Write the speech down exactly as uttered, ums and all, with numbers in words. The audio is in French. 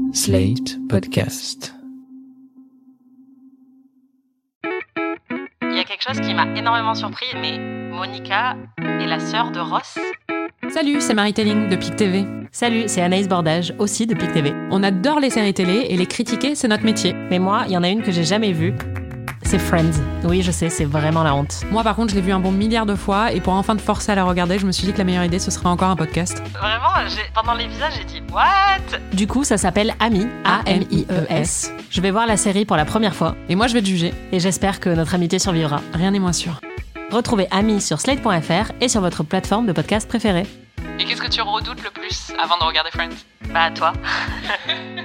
Slate Podcast. Il y a quelque chose qui m'a énormément surpris, mais Monica est la sœur de Ross. Salut, c'est Marie Telling de Pic T V. Salut, c'est Anaïs Bordage, aussi de Pic T V. On adore les séries télé et les critiquer, c'est notre métier. Mais moi, il y en a une que j'ai jamais vue. C'est Friends. Oui, je sais, c'est vraiment la honte. Moi, par contre, je l'ai vue un bon milliard de fois et pour enfin te forcer à la regarder, je me suis dit que la meilleure idée, ce serait encore un podcast. Vraiment, j'ai... pendant l'épisode, j'ai dit « What ?» Du coup, ça s'appelle Amis, A M I E S. Je vais voir la série pour la première fois. Et moi, je vais te juger. Et j'espère que notre amitié survivra. Rien n'est moins sûr. Retrouvez Amis sur slate point f r et sur votre plateforme de podcast préférée. Et qu'est-ce que tu redoutes le plus avant de regarder Friends ? Bah, toi.